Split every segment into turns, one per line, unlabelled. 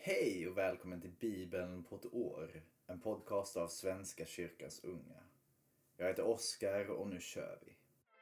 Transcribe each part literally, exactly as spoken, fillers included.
Hej och välkommen till Bibeln på ett år, en podcast av Svenska kyrkans unga. Jag heter Oskar och nu kör vi.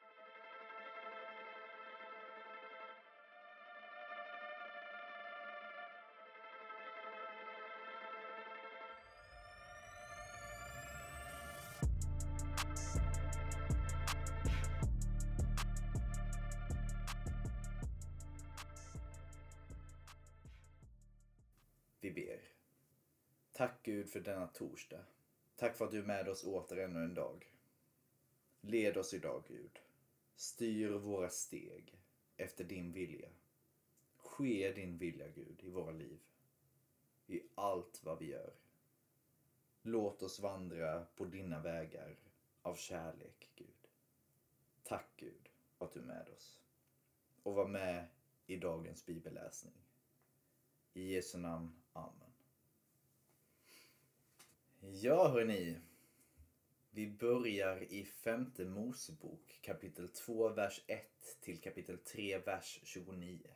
Vi ber. Tack Gud för denna torsdag. Tack för att du är med oss åter ännu en dag. Led oss idag Gud. Styr våra steg efter din vilja. Ske din vilja Gud i våra liv. I allt vad vi gör. Låt oss vandra på dina vägar av kärlek Gud. Tack Gud för att du är med oss. Och var med i dagens bibelläsning. I Jesu namn, amen. Ja hörni, vi börjar i femte Mosebok kapitel två vers ett till kapitel tre vers tjugonio.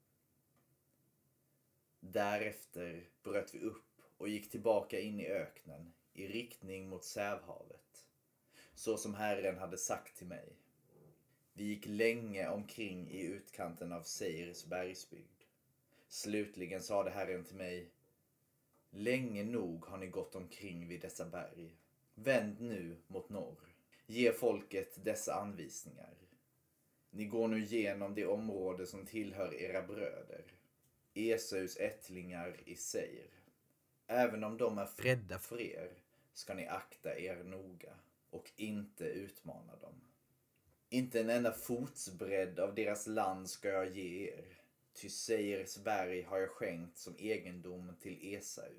Därefter bröt vi upp och gick tillbaka in i öknen i riktning mot Sävhavet, så som Herren hade sagt till mig. Vi gick länge omkring i utkanten av Seirs bergsbygd. Slutligen sade Herren till mig: länge nog har ni gått omkring vid dessa berg. Vänd nu mot norr. Ge folket dessa anvisningar. Ni går nu genom det område som tillhör era bröder, Esaus ättlingar i Seir. Även om de är rädda för er ska ni akta er noga och inte utmana dem. Inte en enda fotsbredd av deras land ska jag ge er. Ty Seirs berg har jag skänkt som egendom till Esau.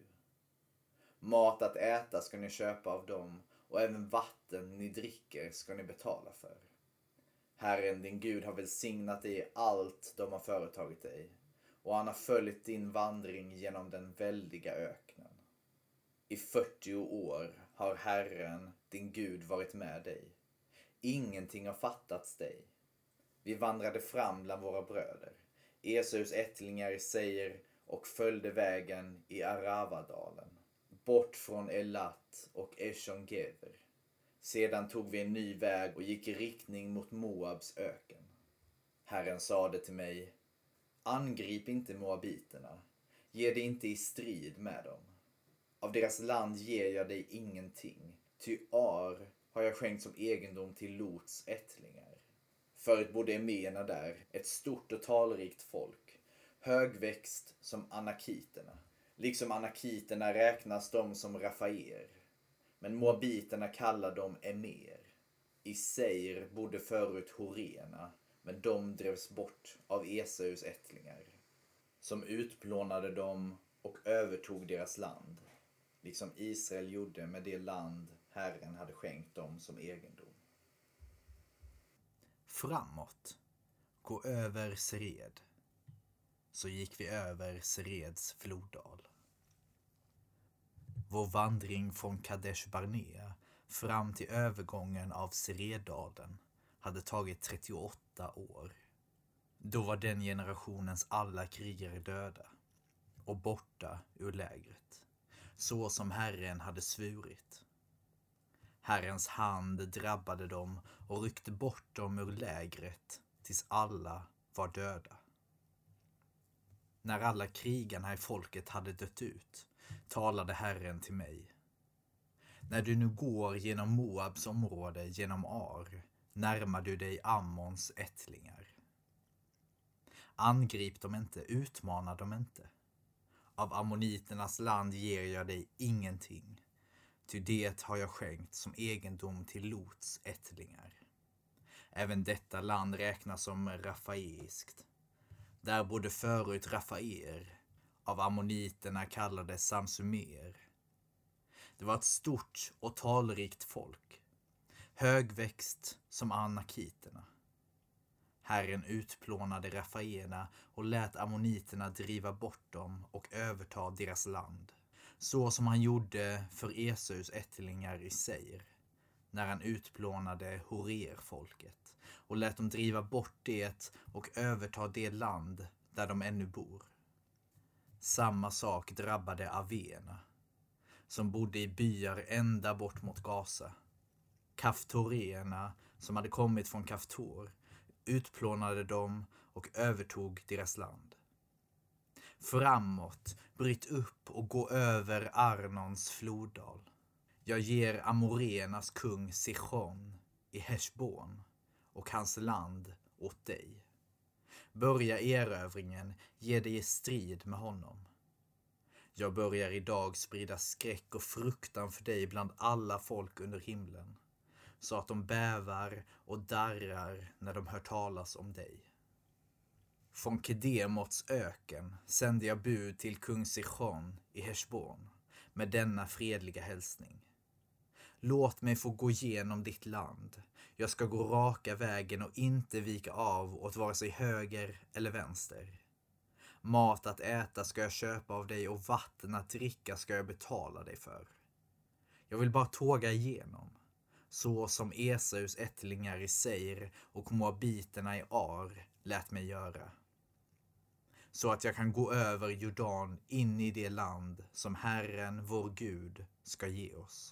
Mat att äta ska ni köpa av dem, och även vatten ni dricker ska ni betala för. Herren din Gud har välsignat dig i allt de har företagit dig, och han har följt din vandring genom den väldiga öknen. I fyrtio år har Herren din Gud varit med dig. Ingenting har fattats dig. Vi vandrade fram bland våra bröder, Esaus ättlingar i Seir, och följde vägen i Aravadalen, bort från Elat och Eshongeber. Sedan tog vi en ny väg och gick i riktning mot Moabs öken. Herren sade till mig: angrip inte moabiterna, ge dig inte i strid med dem. Av deras land ger jag dig ingenting, ty Ar har jag skänkt som egendom till Lots ättlingar. Förut bodde emerna där, ett stort och talrikt folk, högväxt som anakiterna. Liksom anakiterna räknas de som rafaer, men moabiterna kallar dem emer. I Seir bodde förut horena, men de drevs bort av Esaus ättlingar, som utplånade dem och övertog deras land, liksom Israel gjorde med det land Herren hade skänkt dem som egendom. Framåt, gå över Sered. Så gick vi över Sereds floddal. Vår vandring från Kadesh Barnea fram till övergången av Sereddalen hade tagit trettioåtta år. Då var den generationens alla krigare döda och borta ur lägret, så som Herren hade svurit. Herrens hand drabbade dem och ryckte bort dem ur lägret tills alla var döda. När alla krigarna i folket hade dött ut talade Herren till mig: när du nu går genom Moabs område genom Ar närmar du dig Ammons ättlingar. Angrip dem inte, utmana dem inte. Av ammoniternas land ger jag dig ingenting, ty det har jag skänkt som egendom till Lots ättlingar. Även detta land räknas som rafaiskt. Där bodde förut rafaer, av ammoniterna kallades samsumer. Det var ett stort och talrikt folk, högväxt som anakiterna. Herren utplånade rafaerna och lät ammoniterna driva bort dem och överta deras land, så som han gjorde för Esaus ättlingar i Seir, när han utplånade Horer-folket och lät dem driva bort det och överta det land där de ännu bor. Samma sak drabbade avéerna, som bodde i byar ända bort mot Gaza. Kaftoreerna, som hade kommit från Kaftor, utplånade dem och övertog deras land. Framåt, bryt upp och gå över Arnons floddal. Jag ger amoreernas kung Sichon i Heshbon och hans land åt dig. Börja erövringen, ge dig i strid med honom. Jag börjar idag sprida skräck och fruktan för dig bland alla folk under himlen, så att de bävar och darrar när de hör talas om dig. Från Kedemots öken sände jag bud till kung Sichon i Heshbon med denna fredliga hälsning. Låt mig få gå igenom ditt land. Jag ska gå raka vägen och inte vika av åt vare sig höger eller vänster. Mat att äta ska jag köpa av dig och vatten att dricka ska jag betala dig för. Jag vill bara tåga igenom, så som Esaus ättlingar i Seir och moabiterna i Ar lät mig göra. Så att jag kan gå över Jordan in i det land som Herren, vår Gud, ska ge oss.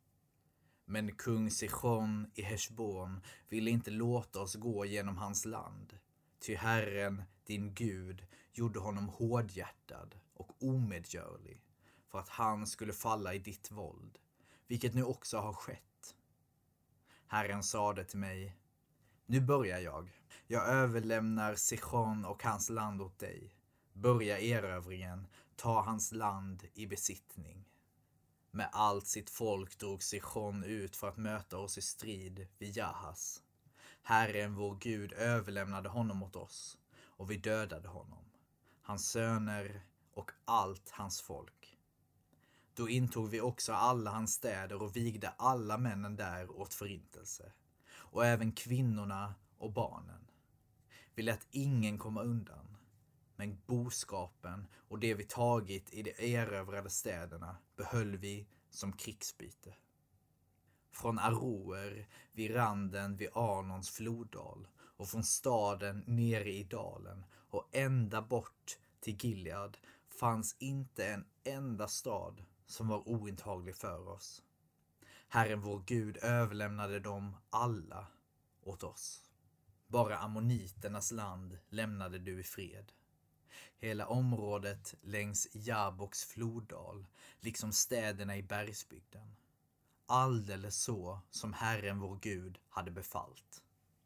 Men kung Sichon i Heshbon ville inte låta oss gå genom hans land, ty Herren, din Gud, gjorde honom hårdhjärtad och omedgörlig för att han skulle falla i ditt våld, vilket nu också har skett. Herren sade till mig, nu börjar jag. Jag överlämnar Sichon och hans land åt dig. Börja erövringen, ta hans land i besittning. Med allt sitt folk drog Sichon ut för att möta oss i strid vid Jahas. Herren, vår Gud, överlämnade honom åt oss, och vi dödade honom, hans söner och allt hans folk. Då intog vi också alla hans städer och vigde alla männen där åt förintelse, och även kvinnorna och barnen. Vi lät ingen komma undan, men boskapen och det vi tagit i de erövrade städerna behöll vi som krigsbyte. Från Aroer vid randen vid Arnons floddal och från staden nere i dalen och ända bort till Gilead fanns inte en enda stad som var ointaglig för oss. Herren vår Gud överlämnade dem alla åt oss. Bara ammoniternas land lämnade du i fred. Hela området längs Jaboks floddal, liksom städerna i bergsbygden. Alldeles så som Herren vår Gud hade befallt.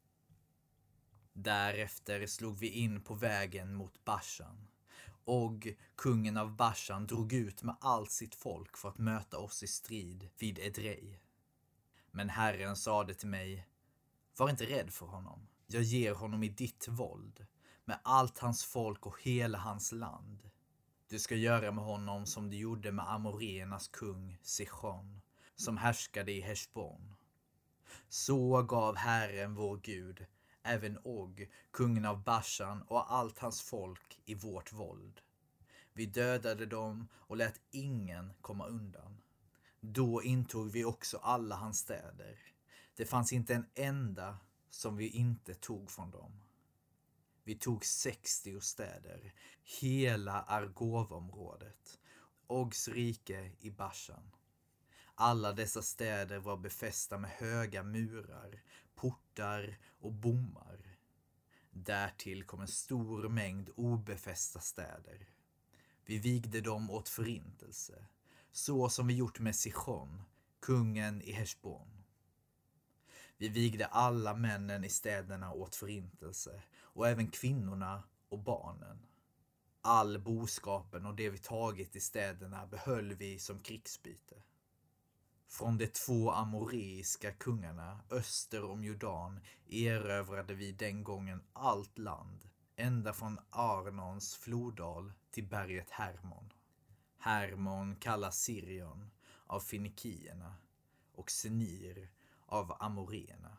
Därefter slog vi in på vägen mot Bashan. Och kungen av Bashan drog ut med allt sitt folk för att möta oss i strid vid Edrei. Men Herren sade till mig, var inte rädd för honom. Jag ger honom i ditt våld, med allt hans folk och hela hans land. Du ska göra med honom som du gjorde med amoreernas kung Sichon, som härskade i Heshbon. Så gav Herren vår Gud även Og, kungen av Bashan och allt hans folk i vårt våld. Vi dödade dem och lät ingen komma undan. Då intog vi också alla hans städer. Det fanns inte en enda som vi inte tog från dem. Vi tog sextio städer, hela Argovområdet, Ogs rike i Bashan. Alla dessa städer var befästa med höga murar, portar och bommar. Därtill kom en stor mängd obefästa städer. Vi vigde dem åt förintelse, så som vi gjort med Sichon, kungen i Heshbon. Vi vigde alla männen i städerna åt förintelse, och även kvinnorna och barnen. All boskapen och det vi tagit i städerna behöll vi som krigsbyte. Från de två amoreiska kungarna öster om Jordan erövrade vi den gången allt land, ända från Arnons floddal till berget Hermon. Hermon kallas Sirion av finikierna och Senir av amoreerna.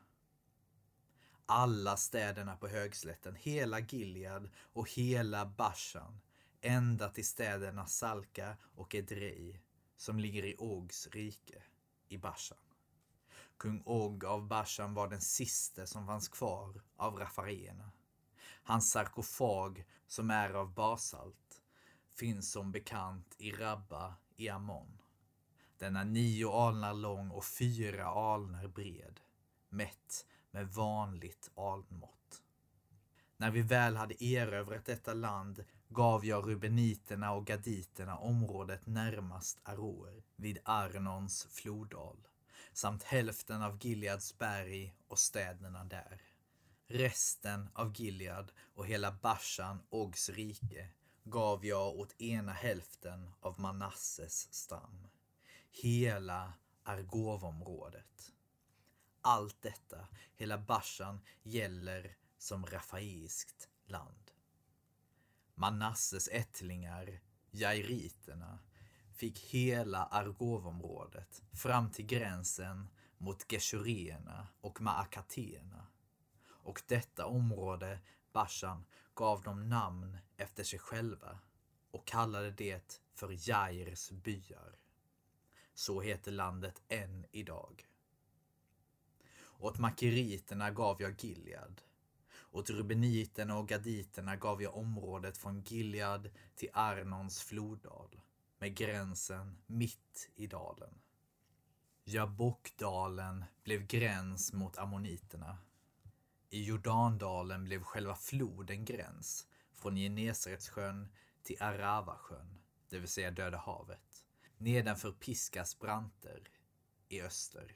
Alla städerna på högslätten, hela Gilead och hela Bashan, ända till städerna Salka och Edrei, som ligger i Ogs rike i Bashan. Kung Og av Bashan var den siste som fanns kvar av rafareerna. Hans sarkofag, som är av basalt, finns som bekant i Rabba i Ammon. Den är nio alnar lång och fyra alnar bred, mätt med vanligt alnmått. När vi väl hade erövrat detta land gav jag rubeniterna och gaditerna området närmast Aroer vid Arnons floddal, samt hälften av Gileads berg och städerna där. Resten av Gilead och hela Bashan Ogs rike gav jag åt ena hälften av Manasses stam, hela Argovområdet. Allt detta, hela Bashan, gäller som rafaiskt land. Manasses ättlingar, jairiterna, fick hela Argovområdet fram till gränsen mot Geshureerna och Maakateerna. Och detta område, Bashan, gav dem namn efter sig själva och kallade det för Jairs byar. Så heter landet än idag. Åt makeriterna gav jag Gilead. Åt rubeniterna och gaditerna gav jag området från Gilead till Arnons floddal, med gränsen mitt i dalen. Jabokdalen blev gräns mot ammoniterna. I Jordandalen blev själva floden gräns från Genesaretsjön till Aravasjön, det vill säga Döda havet, nedanför Piskas branter i öster.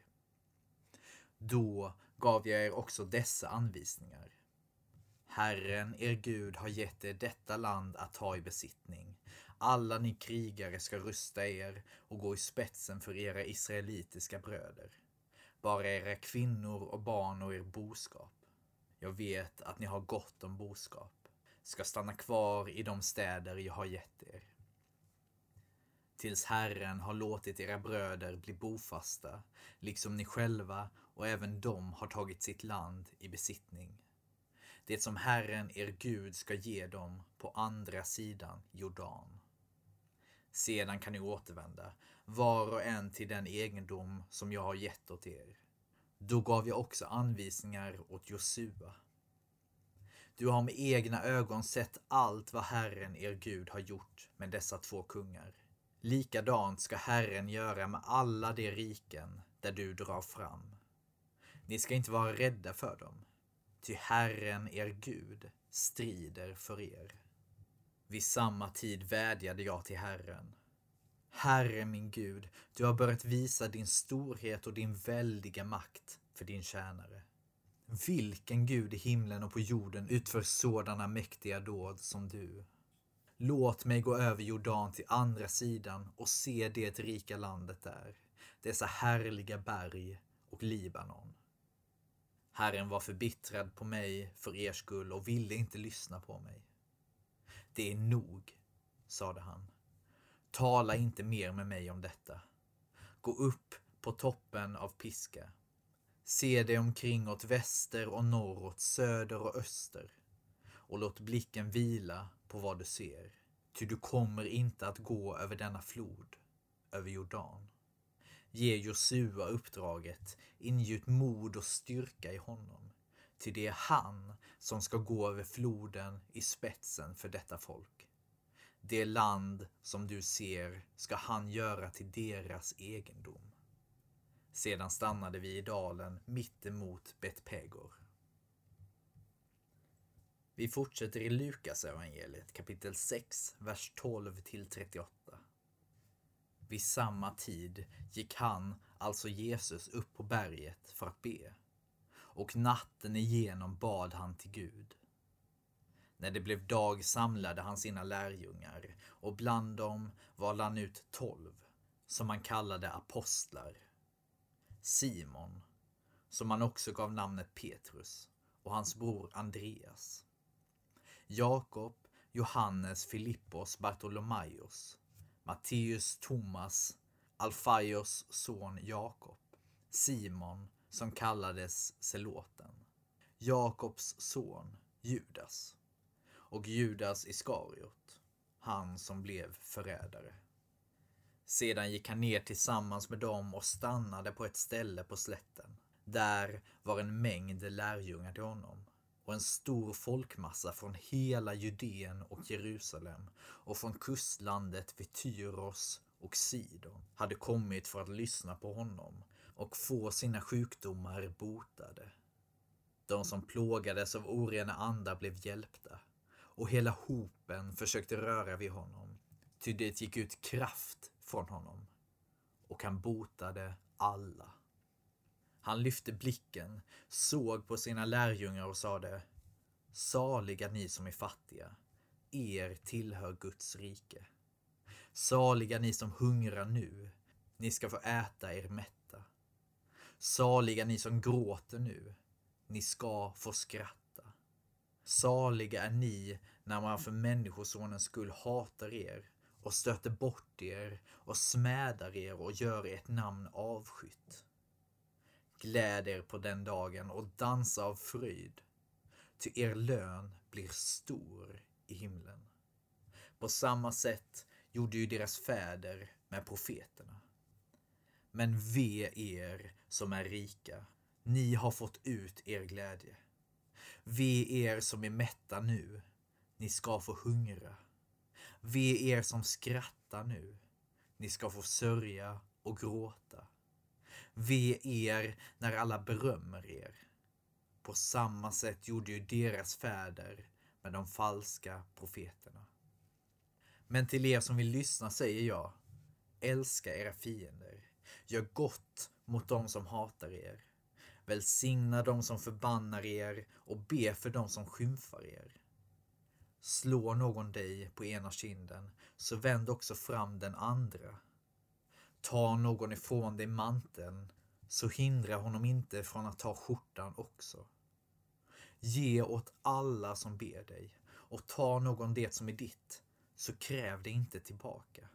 Då gav jag er också dessa anvisningar. Herren, er Gud, har gett er detta land att ta i besittning. Alla ni krigare ska rusta er och gå i spetsen för era israelitiska bröder. Bara era kvinnor och barn och er boskap. Jag vet att ni har gott om boskap. Ska stanna kvar i de städer jag har gett er. Tills Herren har låtit era bröder bli bofasta, liksom ni själva och även de har tagit sitt land i besittning. Det som Herren, er Gud, ska ge dem på andra sidan Jordan. Sedan kan ni återvända, var och en till den egendom som jag har gett åt er. Då gav jag också anvisningar åt Josua. Du har med egna ögon sett allt vad Herren, er Gud, har gjort med dessa två kungar. Likadant ska Herren göra med alla de riken där du drar fram. Ni ska inte vara rädda för dem, ty Herren, er Gud, strider för er. Vid samma tid vädjade jag till Herren. Herre min Gud, du har börjat visa din storhet och din väldiga makt för din tjänare. Vilken Gud i himlen och på jorden utför sådana mäktiga dåd som du? Låt mig gå över Jordan till andra sidan och se det rika landet där, dessa härliga berg och Libanon. Herren var förbittrad på mig för er skull och ville inte lyssna på mig. Det är nog, sade han. Tala inte mer med mig om detta. Gå upp på toppen av Piska. Se dig omkring åt väster och norr, åt söder och öster. Och låt blicken vila på vad du ser. Ty du kommer inte att gå över denna flod, över Jordan. Ge Josua uppdraget, ingjut mod och styrka i honom. Ty det är han som ska gå över floden i spetsen för detta folk. Det land som du ser ska han göra till deras egendom. Sedan stannade vi i dalen mitt emot Bet-Pegor. Vi fortsätter i Lukas evangeliet kapitel sex, vers tolv till trettioåtta. Vid samma tid gick han, alltså Jesus, upp på berget för att be. Och natten igenom bad han till Gud. När det blev dag samlade han sina lärjungar, och bland dem valde han ut tolv, som han kallade apostlar. Simon, som han också gav namnet Petrus, och hans bror Andreas. Jakob, Johannes, Filippos, Bartolomaios, Matteus, Thomas, Alfaios son Jakob, Simon, som kallades Seloten, Jakobs son Judas, och Judas Iskariot, han som blev förrädare. Sedan gick han ner tillsammans med dem och stannade på ett ställe på slätten. Där var en mängd lärjungar till honom. och en stor folkmassa från hela Judeen och Jerusalem och från kustlandet vid Tyros och Sidon hade kommit för att lyssna på honom och få sina sjukdomar botade. De som plågades av orena andar blev hjälpta, och hela hopen försökte röra vid honom, ty det gick ut kraft från honom, och han botade alla. Han lyfte blicken, såg på sina lärjungar och sade: Saliga ni som är fattiga, er tillhör Guds rike. Saliga ni som hungrar nu, ni ska få äta er mätta. Saliga ni som gråter nu, ni ska få skratta. Saliga är ni när man för människosonens skull hatar er och stöter bort er och smädar er och gör ert namn avskytt. Gläd er på den dagen och dansa av fröjd, ty er lön blir stor i himlen. På samma sätt gjorde ju deras fäder med profeterna. Men ve er som är rika, ni har fått ut er glädje. Ve er som är mätta nu, ni ska få hungra. Ve er som skrattar nu, ni ska få sörja och gråta. Ve er när alla berömmer er. På samma sätt gjorde ju deras fäder med de falska profeterna. Men till er som vill lyssna säger jag: älska era fiender. Gör gott mot dem som hatar er. Välsigna dem som förbannar er och be för dem som skymfar er. Slår någon dig på ena kinden, så vänd också fram den andra. Ta någon ifrån dig manteln, så hindra honom inte från att ta skjortan också. Ge åt alla som ber dig, och ta någon det som är ditt, så kräv det inte tillbaka.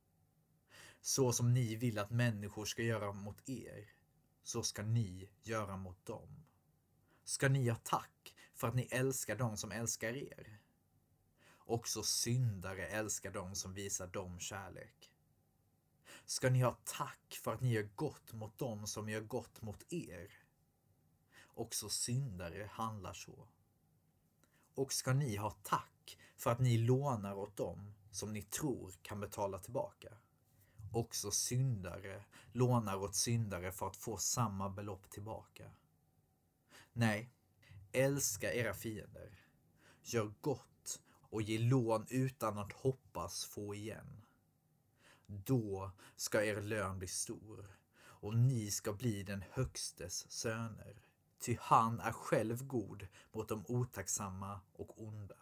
Så som ni vill att människor ska göra mot er, så ska ni göra mot dem. Ska ni ha tack för att ni älskar dem som älskar er? Också syndare älskar dem som visar dem kärlek. Ska ni ha tack för att ni gör gott mot dem som gör gott mot er? Också syndare handlar så. Och ska ni ha tack för att ni lånar åt dem som ni tror kan betala tillbaka? Också syndare lånar åt syndare för att få samma belopp tillbaka. Nej, älska era fiender. Gör gott och ge lån utan att hoppas få igen. Då ska er lön bli stor, och ni ska bli den högstes söner. Ty han är själv god mot de otacksamma och onda.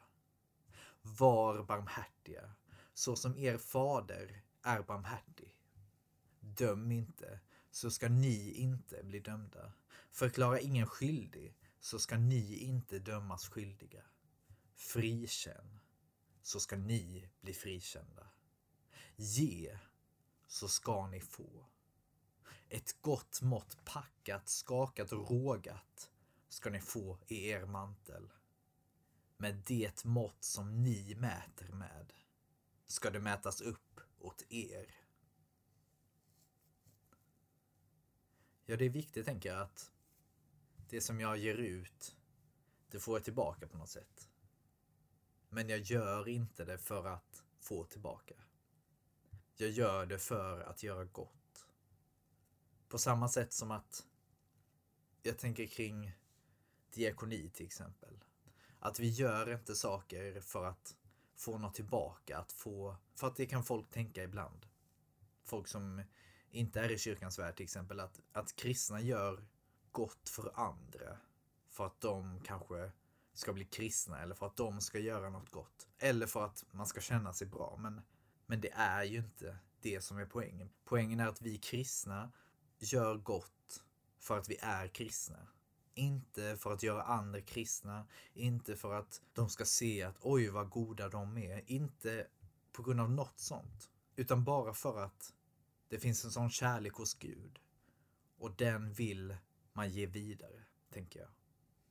Var barmhärtiga, så som er fader är barmhärtig. Döm inte, så ska ni inte bli dömda. Förklara ingen skyldig, så ska ni inte dömas skyldiga. Frikänn, så ska ni bli frikända. Ge, så ska ni få. Ett gott mått packat, skakat och rågat ska ni få i er mantel. Med det mått som ni mäter med ska det mätas upp åt er. Ja, det är viktigt, tänker jag, att det som jag ger ut, det får jag tillbaka på något sätt. Men jag gör inte det för att få tillbaka. Jag gör det för att göra gott. På samma sätt som att jag tänker kring diakoni till exempel. Att vi gör inte saker för att få något tillbaka. Att få, för att det kan folk tänka ibland. Folk som inte är i kyrkans värld till exempel. Att, att kristna gör gott för andra. För att de kanske ska bli kristna. Eller för att de ska göra något gott. Eller för att man ska känna sig bra. Men, men det är ju inte det som är poängen. Poängen är att vi kristna gör gott för att vi är kristna. Inte för att göra andra kristna. Inte för att de ska se att oj vad goda de är. Inte på grund av något sånt. Utan bara för att det finns en sån kärlek hos Gud. Och den vill man ge vidare, tänker jag.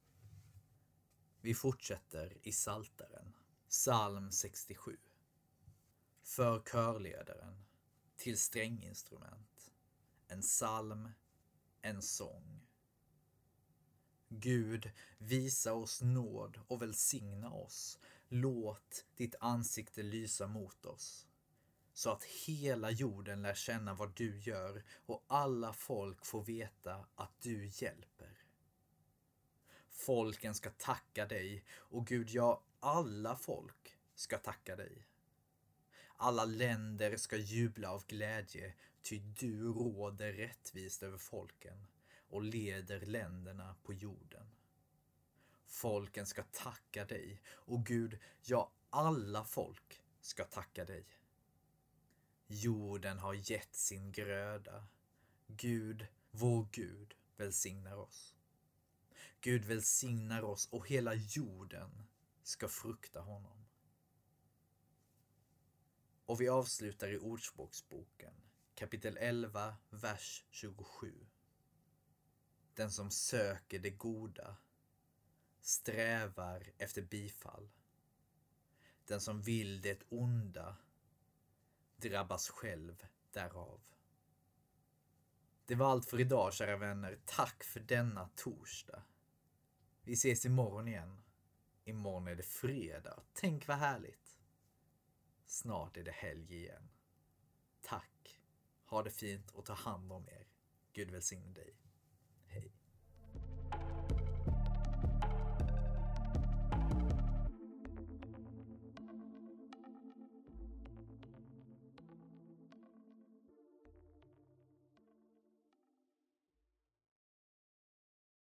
Vi fortsätter i Psaltaren. Psalm sextiosju. För körledaren. Till stränginstrument. En psalm, en sång.
Gud, visa oss nåd och välsigna oss. Låt ditt ansikte lysa mot oss, så att hela jorden lär känna vad du gör och alla folk får veta att du hjälper. Folken ska tacka dig, och Gud, ja, alla folk ska tacka dig. Alla länder ska jubla av glädje, ty du råder rättvist över folken och leder länderna på jorden. Folken ska tacka dig, och Gud, ja, alla folk ska tacka dig. Jorden har gett sin gröda. Gud, vår Gud, välsignar oss. Gud välsignar oss, och hela jorden ska frukta honom. Och vi avslutar i Ordspråksboken, kapitel elva, vers tjugosju. Den som söker det goda strävar efter bifall. Den som vill det onda drabbas själv därav. Det var allt för idag, kära vänner. Tack för denna torsdag. Vi ses imorgon igen. Imorgon är det fredag. Tänk vad härligt. Snart är det helg igen. Tack. Ha det fint och ta hand om er. Gud välsigne dig. Hej.